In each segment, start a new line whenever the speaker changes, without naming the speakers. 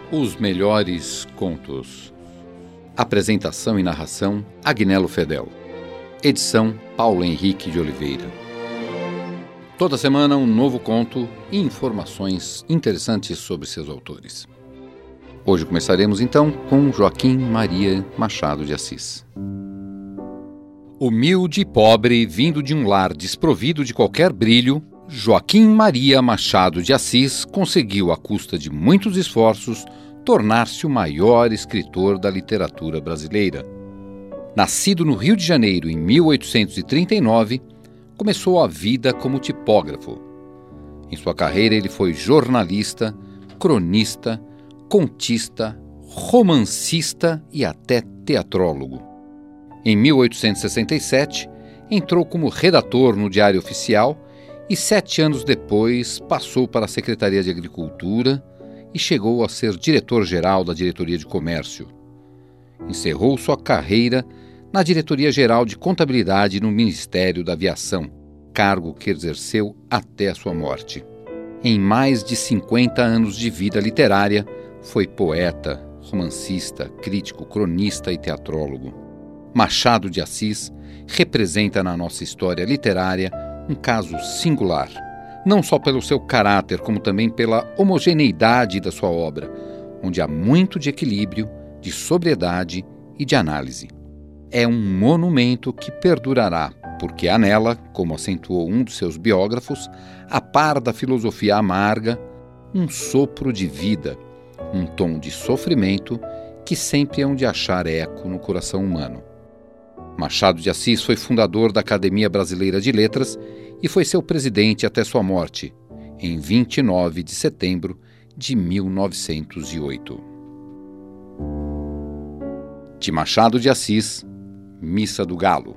Os melhores contos. Apresentação e narração: Agnello Fedel. Edição: Paulo Henrique de Oliveira. Toda semana um novo conto e informações interessantes sobre seus autores. Hoje começaremos então com Joaquim Maria Machado de Assis. Humilde e pobre, vindo de um lar desprovido de qualquer brilho, Joaquim Maria Machado de Assis conseguiu, à custa de muitos esforços, tornar-se o maior escritor da literatura brasileira. Nascido no Rio de Janeiro em 1839, começou a vida como tipógrafo. Em sua carreira ele foi jornalista, cronista, contista, romancista e até teatrólogo. Em 1867, entrou como redator no Diário Oficial e 7 anos depois passou para a Secretaria de Agricultura e chegou a ser diretor-geral da Diretoria de Comércio. Encerrou sua carreira na Diretoria-Geral de Contabilidade no Ministério da Aviação, cargo que exerceu até a sua morte. Em mais de 50 anos de vida literária, foi poeta, romancista, crítico, cronista e teatrólogo. Machado de Assis representa na nossa história literária um caso singular, não só pelo seu caráter, como também pela homogeneidade da sua obra, onde há muito de equilíbrio, de sobriedade e de análise. É um monumento que perdurará, porque há nela, como acentuou um dos seus biógrafos, a par da filosofia amarga, um sopro de vida, um tom de sofrimento que sempre hão de achar eco no coração humano. Machado de Assis foi fundador da Academia Brasileira de Letras e foi seu presidente até sua morte, em 29 de setembro de 1908. De Machado de Assis, Missa do Galo.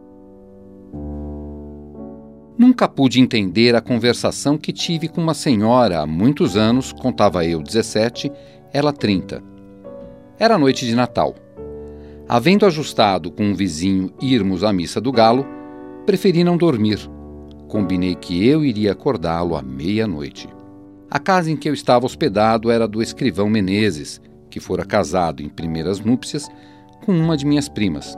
Nunca pude entender a conversação que tive com uma senhora há muitos anos, contava eu 17, ela 30. Era noite de Natal. Havendo ajustado com um vizinho irmos à Missa do Galo, preferi não dormir. Combinei que eu iria acordá-lo à meia-noite. A casa em que eu estava hospedado era do escrivão Menezes, que fora casado em primeiras núpcias com uma de minhas primas.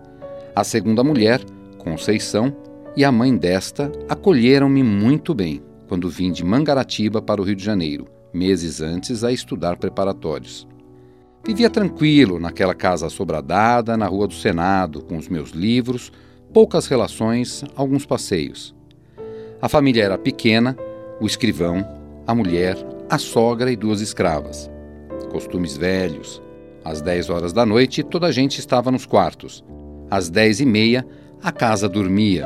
A segunda mulher, Conceição, e a mãe desta acolheram-me muito bem quando vim de Mangaratiba para o Rio de Janeiro, meses antes, a estudar preparatórios. Vivia tranquilo naquela casa assobradada, na Rua do Senado, com os meus livros, poucas relações, alguns passeios. A família era pequena, o escrivão, a mulher, a sogra e 2 escravas. Costumes velhos. Às 10 horas da noite, toda a gente estava nos quartos. Às 10h30, a casa dormia.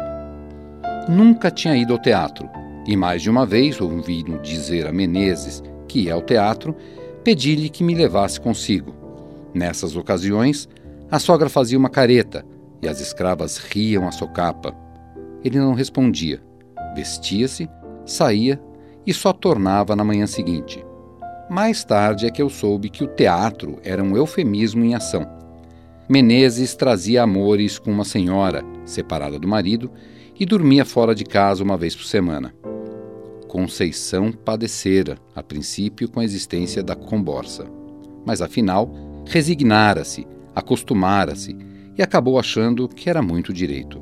Nunca tinha ido ao teatro, e mais de uma vez, ouvindo dizer a Menezes que ia ao teatro, pedi-lhe que me levasse consigo. Nessas ocasiões, a sogra fazia uma careta e as escravas riam à socapa. Ele não respondia. Vestia-se, saía e só tornava na manhã seguinte. Mais tarde é que eu soube que o teatro era um eufemismo em ação. Menezes trazia amores com uma senhora, separada do marido, e dormia fora de casa uma vez por semana. Conceição padecera, a princípio, com a existência da comborça. Mas, afinal, resignara-se, acostumara-se e acabou achando que era muito direito.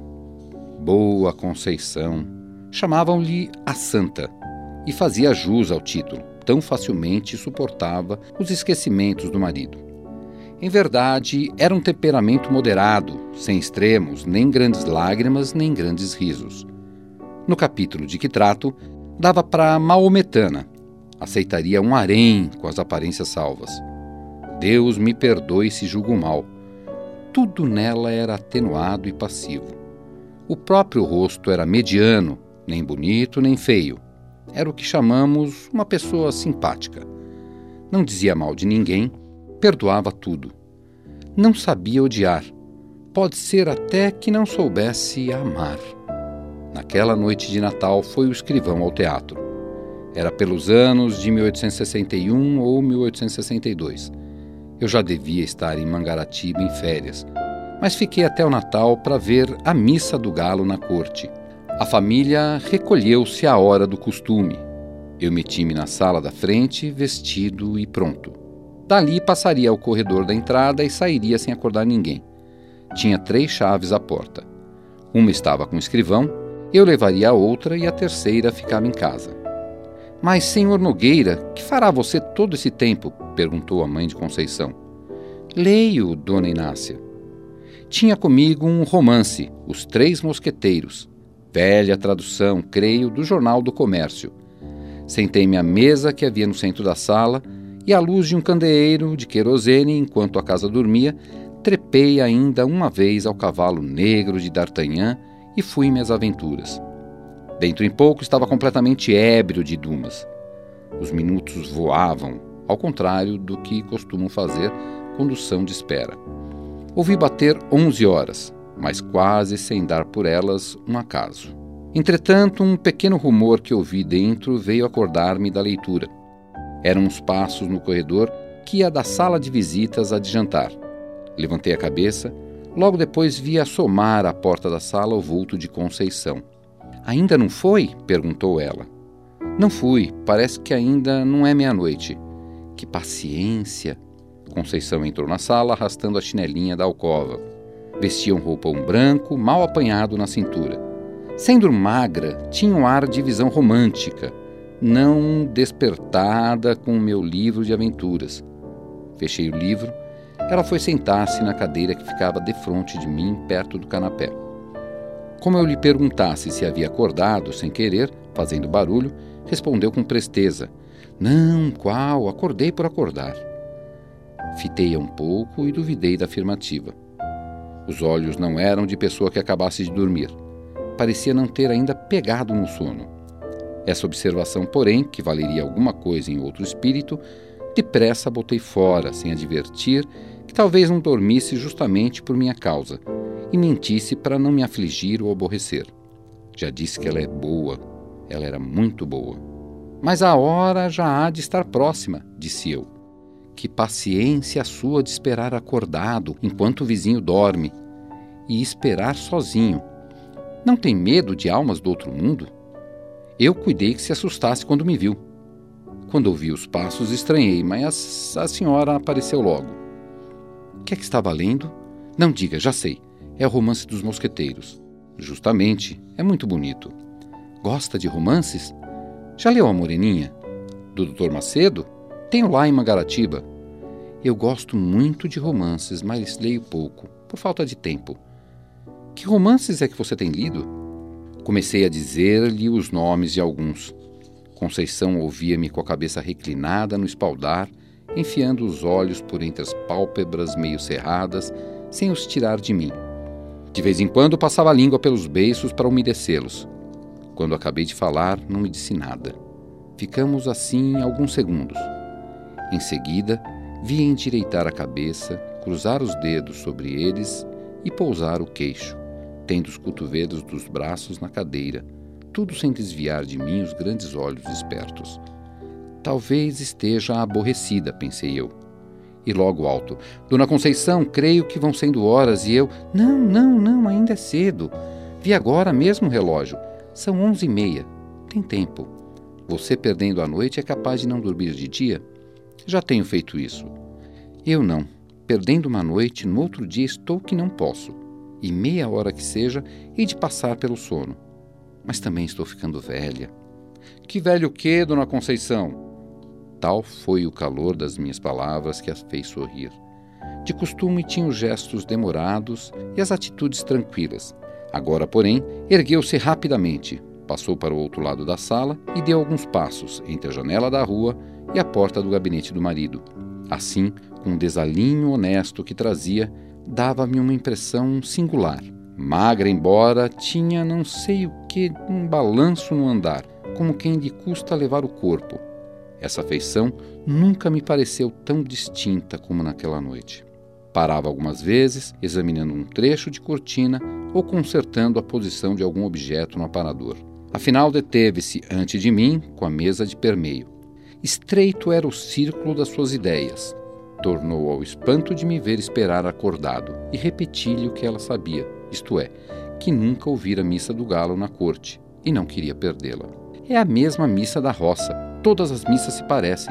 Boa Conceição! Chamavam-lhe a Santa e fazia jus ao título, tão facilmente suportava os esquecimentos do marido. Em verdade, era um temperamento moderado, sem extremos, nem grandes lágrimas, nem grandes risos. No capítulo de que trato, dava para maometana, aceitaria um harém com as aparências salvas. Deus me perdoe se julgo mal. Tudo nela era atenuado e passivo. O próprio rosto era mediano, nem bonito nem feio. Era o que chamamos uma pessoa simpática. Não dizia mal de ninguém, perdoava tudo. Não sabia odiar. Pode ser até que não soubesse amar. Naquela noite de Natal foi o escrivão ao teatro. Era pelos anos de 1861 ou 1862. Eu já devia estar em Mangaratiba em férias, mas fiquei até o Natal para ver a Missa do Galo na corte. A família recolheu-se à hora do costume. Eu meti-me na sala da frente, vestido e pronto. Dali passaria ao corredor da entrada e sairia sem acordar ninguém. Tinha 3 chaves à porta. Uma estava com o escrivão, eu levaria a outra e a terceira ficava em casa. Mas, senhor Nogueira, que fará você todo esse tempo? Perguntou a mãe de Conceição. Leio, dona Inácia. Tinha comigo um romance, Os Três Mosqueteiros. Velha tradução, creio, do Jornal do Comércio. Sentei-me à mesa que havia no centro da sala e, à luz de um candeeiro de querosene, enquanto a casa dormia, trepei ainda uma vez ao cavalo negro de D'Artagnan e fui-me às aventuras. Dentro em pouco estava completamente ébrio de Dumas. Os minutos voavam, ao contrário do que costumam fazer condução de espera. Ouvi bater 11 horas, mas quase sem dar por elas um acaso. Entretanto, um pequeno rumor que ouvi dentro veio acordar-me da leitura. Eram uns passos no corredor que ia da sala de visitas à de jantar. Levantei a cabeça, logo depois vi assomar à porta da sala o vulto de Conceição. Ainda não foi? Perguntou ela. Não fui, parece que ainda não é meia-noite. Que paciência! Conceição entrou na sala arrastando a chinelinha da alcova. Vestia um roupão branco, mal apanhado na cintura. Sendo magra, tinha um ar de visão romântica, não despertada com o meu livro de aventuras. Fechei o livro. Ela foi sentar-se na cadeira que ficava defronte de mim, perto do canapé. Como eu lhe perguntasse se havia acordado, sem querer, fazendo barulho, respondeu com presteza. Não, qual? Acordei por acordar. Fitei-a um pouco e duvidei da afirmativa. Os olhos não eram de pessoa que acabasse de dormir. Parecia não ter ainda pegado no sono. Essa observação, porém, que valeria alguma coisa em outro espírito, depressa botei fora, sem advertir que talvez não dormisse justamente por minha causa, e mentisse para não me afligir ou aborrecer. Já disse que ela é boa. Ela era muito boa. Mas a hora já há de estar próxima, disse eu. Que paciência a sua de esperar acordado enquanto o vizinho dorme. E esperar sozinho. Não tem medo de almas do outro mundo? Eu cuidei que se assustasse quando me viu. Quando ouvi os passos, estranhei, mas a senhora apareceu logo. O que é que estava lendo? Não diga, já sei. É o Romance dos Mosqueteiros. Justamente, é muito bonito. Gosta de romances? Já leu A Moreninha? Do Dr. Macedo? Tenho lá em Mangaratiba. Eu gosto muito de romances, mas leio pouco, por falta de tempo. Que romances é que você tem lido? Comecei a dizer-lhe os nomes de alguns. Conceição ouvia-me com a cabeça reclinada no espaldar, enfiando os olhos por entre as pálpebras meio cerradas, sem os tirar de mim. De vez em quando passava a língua pelos beiços para umedecê-los. Quando acabei de falar, não me disse nada. Ficamos assim alguns segundos. Em seguida, vi endireitar a cabeça, cruzar os dedos sobre eles e pousar o queixo, tendo os cotovelos dos braços na cadeira, tudo sem desviar de mim os grandes olhos espertos. Talvez esteja aborrecida, pensei eu. E logo alto, Dona Conceição, creio que vão sendo horas, e eu... Não, ainda é cedo. Vi agora mesmo o relógio. São 11h30. Tem tempo. Você perdendo a noite é capaz de não dormir de dia? Já tenho feito isso. Eu não. Perdendo uma noite, no outro dia estou que não posso. E meia hora que seja, hei de passar pelo sono. Mas também estou ficando velha. Que velho o quê, Dona Conceição? Tal foi o calor das minhas palavras que a fez sorrir. De costume tinha os gestos demorados e as atitudes tranquilas. Agora, porém, ergueu-se rapidamente, passou para o outro lado da sala e deu alguns passos entre a janela da rua e a porta do gabinete do marido. Assim, com um desalinho honesto que trazia, dava-me uma impressão singular. Magra, embora, tinha não sei o que, um balanço no andar, como quem lhe custa levar o corpo. Essa feição nunca me pareceu tão distinta como naquela noite. Parava algumas vezes, examinando um trecho de cortina ou consertando a posição de algum objeto no aparador. Afinal, deteve-se ante de mim com a mesa de permeio. Estreito era o círculo das suas ideias. Tornou ao espanto de me ver esperar acordado e repeti-lhe o que ela sabia, isto é, que nunca ouvira a missa do galo na corte e não queria perdê-la. É a mesma missa da roça. Todas as missas se parecem.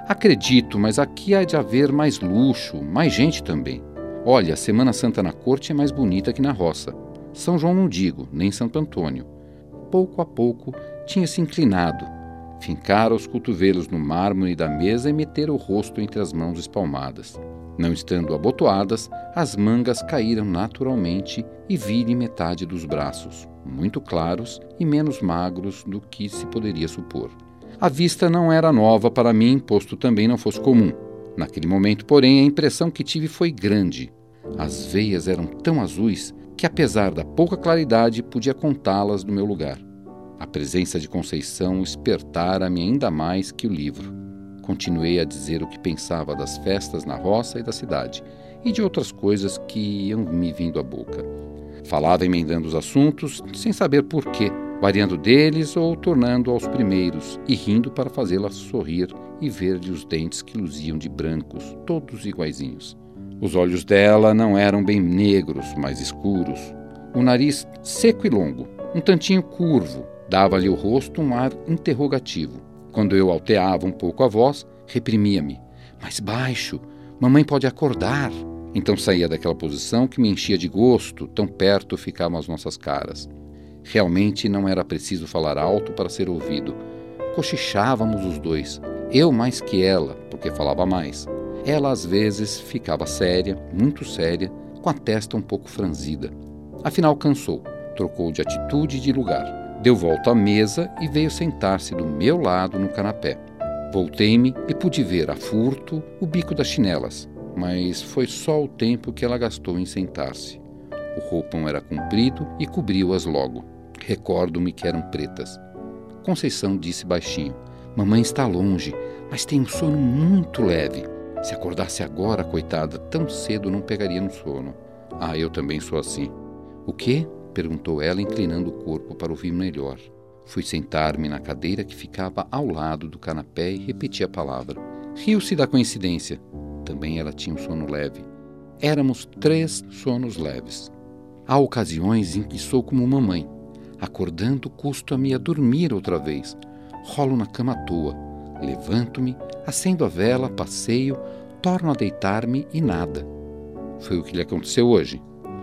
Acredito, mas aqui há de haver mais luxo, mais gente também. Olha, a Semana Santa na corte é mais bonita que na roça. São João não digo, nem Santo Antônio. Pouco a pouco tinha se inclinado, fincara os cotovelos no mármore da mesa e metera o rosto entre as mãos espalmadas. Não estando abotoadas, as mangas caíram naturalmente e vi-lhe metade dos braços, muito claros e menos magros do que se poderia supor. A vista não era nova para mim, posto também não fosse comum. Naquele momento, porém, a impressão que tive foi grande. As veias eram tão azuis que, apesar da pouca claridade, podia contá-las do meu lugar. A presença de Conceição espertara-me ainda mais que o livro. Continuei a dizer o que pensava das festas na roça e da cidade, e de outras coisas que iam me vindo à boca. Falava emendando os assuntos, sem saber porquê, variando deles ou tornando aos primeiros, e rindo para fazê-la sorrir e ver-lhe os dentes que luziam de brancos, todos iguaizinhos. Os olhos dela não eram bem negros, mas escuros. O nariz seco e longo, um tantinho curvo, dava-lhe ao rosto um ar interrogativo. Quando eu alteava um pouco a voz, reprimia-me. Mais baixo, mamãe pode acordar. Então saía daquela posição que me enchia de gosto, tão perto ficavam as nossas caras. Realmente não era preciso falar alto para ser ouvido. Cochichávamos os dois, eu mais que ela, porque falava mais. Ela às vezes ficava séria, muito séria, com a testa um pouco franzida. Afinal cansou, trocou de atitude e de lugar. Deu volta à mesa e veio sentar-se do meu lado no canapé. Voltei-me e pude ver a furto o bico das chinelas, mas foi só o tempo que ela gastou em sentar-se. O roupão era comprido e cobriu-as logo. Recordo-me que eram pretas. Conceição disse baixinho: mamãe está longe, mas tem um sono muito leve. Se acordasse agora, coitada, tão cedo não pegaria no sono. Ah, eu também sou assim. O quê? Perguntou ela, inclinando o corpo para ouvir melhor. Fui sentar-me na cadeira que ficava ao lado do canapé e repeti a palavra. Riu-se da coincidência. Também ela tinha um sono leve. Éramos 3 sonos leves. Há ocasiões em que sou como mamãe. Acordando, custo-me a dormir outra vez. Rolo na cama à toa. Levanto-me, acendo a vela, passeio, torno a deitar-me e nada. Foi o que lhe aconteceu hoje?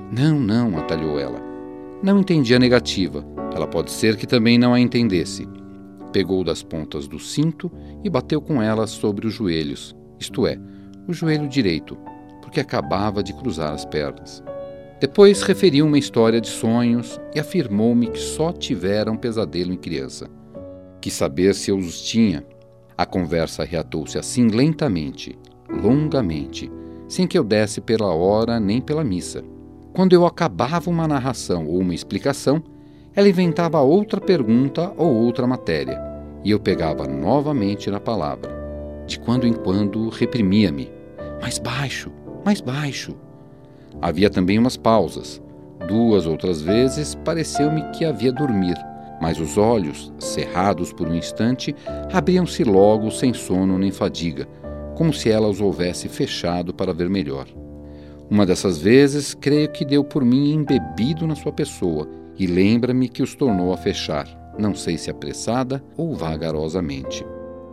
Não, atalhou ela. Não entendi a negativa. Ela pode ser que também não a entendesse. Pegou das pontas do cinto e bateu com elas sobre os joelhos, isto é, o joelho direito, porque acabava de cruzar as pernas. Depois referiu uma história de sonhos e afirmou-me que só tivera um pesadelo em criança. Quis saber se eu os tinha. A conversa reatou-se assim lentamente, longamente, sem que eu desse pela hora nem pela missa. Quando eu acabava uma narração ou uma explicação, ela inventava outra pergunta ou outra matéria, e eu pegava novamente na palavra. De quando em quando reprimia-me. Mais baixo, mais baixo. Havia também umas pausas. 2 outras vezes pareceu-me que havia dormir, mas os olhos, cerrados por um instante, abriam-se logo sem sono nem fadiga, como se ela os houvesse fechado para ver melhor. Uma dessas vezes, creio que deu por mim embebido na sua pessoa e lembra-me que os tornou a fechar, não sei se apressada ou vagarosamente.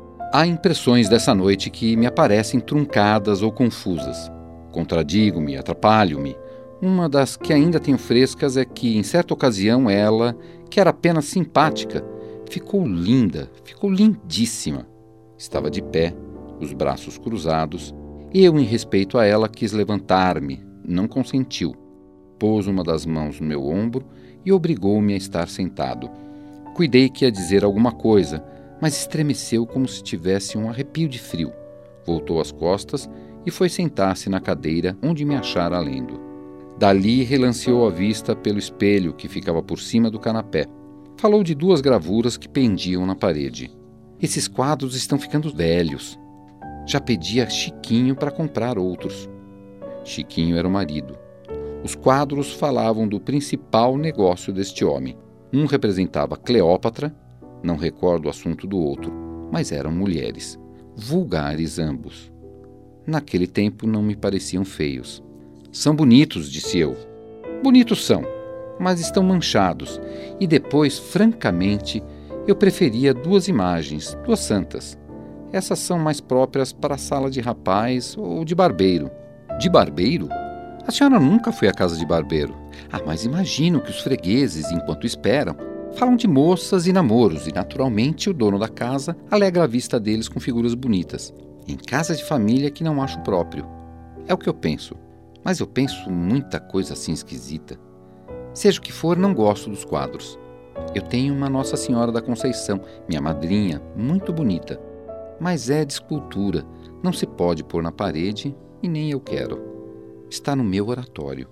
Há impressões dessa noite que me aparecem truncadas ou confusas. Contradigo-me, atrapalho-me. Uma das que ainda tenho frescas é que, em certa ocasião, ela, que era apenas simpática, ficou linda, ficou lindíssima. Estava de pé, os braços cruzados. Eu, em respeito a ela, quis levantar-me. Não consentiu. Pôs uma das mãos no meu ombro e obrigou-me a estar sentado. Cuidei que ia dizer alguma coisa, mas estremeceu como se tivesse um arrepio de frio. Voltou as costas e foi sentar-se na cadeira onde me achara lendo. Dali relanceou a vista pelo espelho que ficava por cima do canapé. Falou de 2 gravuras que pendiam na parede. Esses quadros estão ficando velhos. Já pedi a Chiquinho para comprar outros. Chiquinho era o marido. Os quadros falavam do principal negócio deste homem. Um representava Cleópatra, não recordo o assunto do outro, mas eram mulheres. Vulgares ambos. Naquele tempo não me pareciam feios. São bonitos, disse eu. Bonitos são, mas estão manchados. E depois, francamente, eu preferia 2 imagens, 2 santas. Essas são mais próprias para a sala de rapaz ou de barbeiro. De barbeiro? A senhora nunca foi à casa de barbeiro. Mas imagino que os fregueses, enquanto esperam, falam de moças e namoros e, naturalmente, o dono da casa alegra a vista deles com figuras bonitas. Em casa de família que não acho próprio. É o que eu penso. Mas eu penso muita coisa assim esquisita. Seja o que for, não gosto dos quadros. Eu tenho uma Nossa Senhora da Conceição, minha madrinha, muito bonita. Mas é de escultura, não se pode pôr na parede e nem eu quero. Está no meu oratório.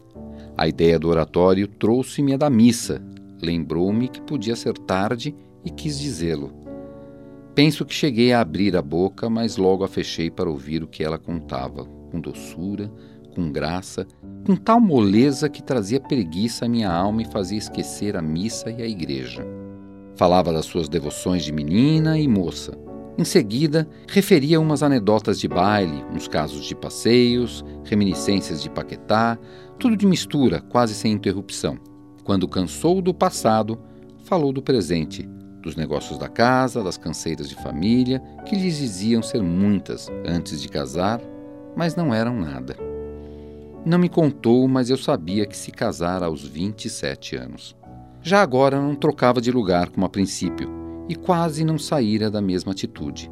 A ideia do oratório trouxe-me a da missa. Lembrou-me que podia ser tarde e quis dizê-lo. Penso que cheguei a abrir a boca, mas logo a fechei para ouvir o que ela contava, com doçura, com graça, com tal moleza que trazia preguiça à minha alma e fazia esquecer a missa e a igreja. Falava das suas devoções de menina e moça. Em seguida, referia umas anedotas de baile, uns casos de passeios, reminiscências de Paquetá, tudo de mistura, quase sem interrupção. Quando cansou do passado, falou do presente, dos negócios da casa, das canseiras de família, que lhes diziam ser muitas antes de casar, mas não eram nada. Não me contou, mas eu sabia que se casara aos 27 anos. Já agora não trocava de lugar como a princípio, e quase não saíra da mesma atitude.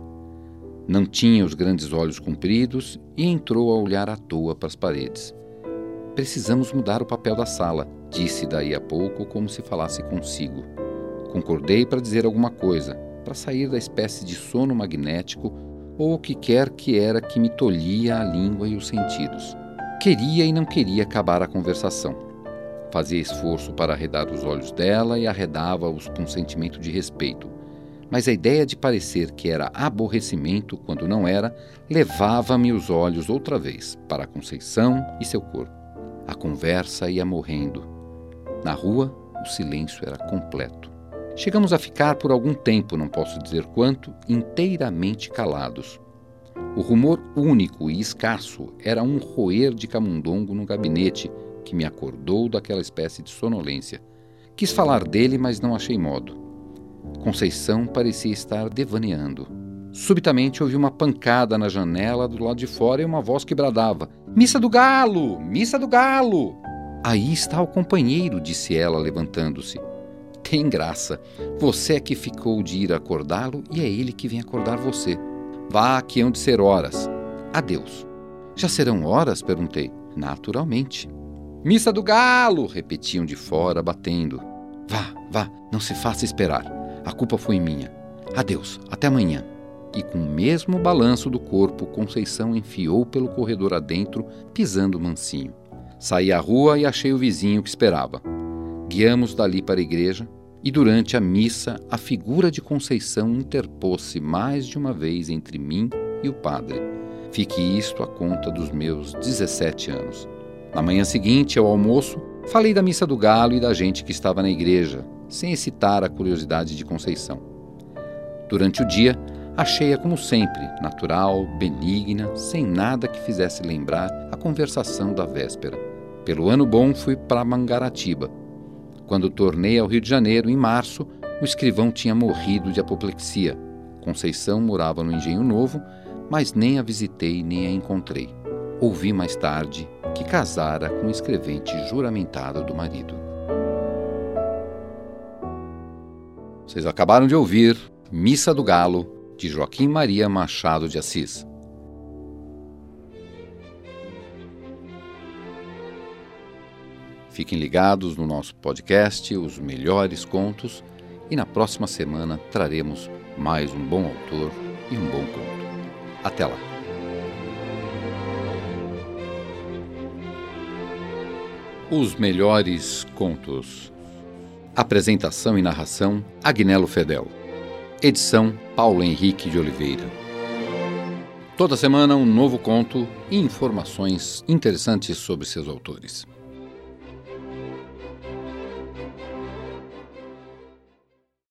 Não tinha os grandes olhos compridos e entrou a olhar à toa para as paredes. Precisamos mudar o papel da sala, disse daí a pouco como se falasse consigo. Concordei para dizer alguma coisa, para sair da espécie de sono magnético ou o que quer que era que me tolhia a língua e os sentidos. Queria e não queria acabar a conversação. Fazia esforço para arredar os olhos dela e arredava-os com um sentimento de respeito. Mas a ideia de parecer que era aborrecimento, quando não era, levava-me os olhos outra vez para a Conceição e seu corpo. A conversa ia morrendo. Na rua, o silêncio era completo. Chegamos a ficar por algum tempo, não posso dizer quanto, inteiramente calados. O rumor único e escasso era um roer de camundongo no gabinete, que me acordou daquela espécie de sonolência. Quis falar dele, mas não achei modo. Conceição parecia estar devaneando. Subitamente ouvi uma pancada na janela do lado de fora e uma voz que bradava: "Missa do Galo! Missa do Galo!" "Aí está o companheiro", disse ela, levantando-se. "Tem graça. Você é que ficou de ir acordá-lo e é ele que vem acordar você. Vá, que hão de ser horas. Adeus." "Já serão horas?" perguntei. "Naturalmente." "Missa do Galo!" repetiam de fora, batendo. "Vá, vá, não se faça esperar. A culpa foi minha. Adeus, até amanhã." E com o mesmo balanço do corpo, Conceição enfiou pelo corredor adentro, pisando mansinho. Saí à rua e achei o vizinho que esperava. Guiamos dali para a igreja e durante a missa a figura de Conceição interpôs-se mais de uma vez entre mim e o padre. Fique isto à conta dos meus 17 anos. Na manhã seguinte, ao almoço, falei da missa do Galo e da gente que estava na igreja, sem excitar a curiosidade de Conceição. Durante o dia, achei-a como sempre, natural, benigna, sem nada que fizesse lembrar a conversação da véspera. Pelo ano bom fui para Mangaratiba. Quando tornei ao Rio de Janeiro, em março, o escrivão tinha morrido de apoplexia. Conceição morava no Engenho Novo, mas nem a visitei nem a encontrei. Ouvi mais tarde que casara com o escrevente juramentado do marido. Vocês acabaram de ouvir Missa do Galo, de Joaquim Maria Machado de Assis. Fiquem ligados no nosso podcast, Os Melhores Contos, e na próxima semana traremos mais um bom autor e um bom conto. Até lá! Os Melhores Contos. Apresentação e narração, Agnello Fedel. Edição, Paulo Henrique de Oliveira. Toda semana um novo conto e informações interessantes sobre seus autores.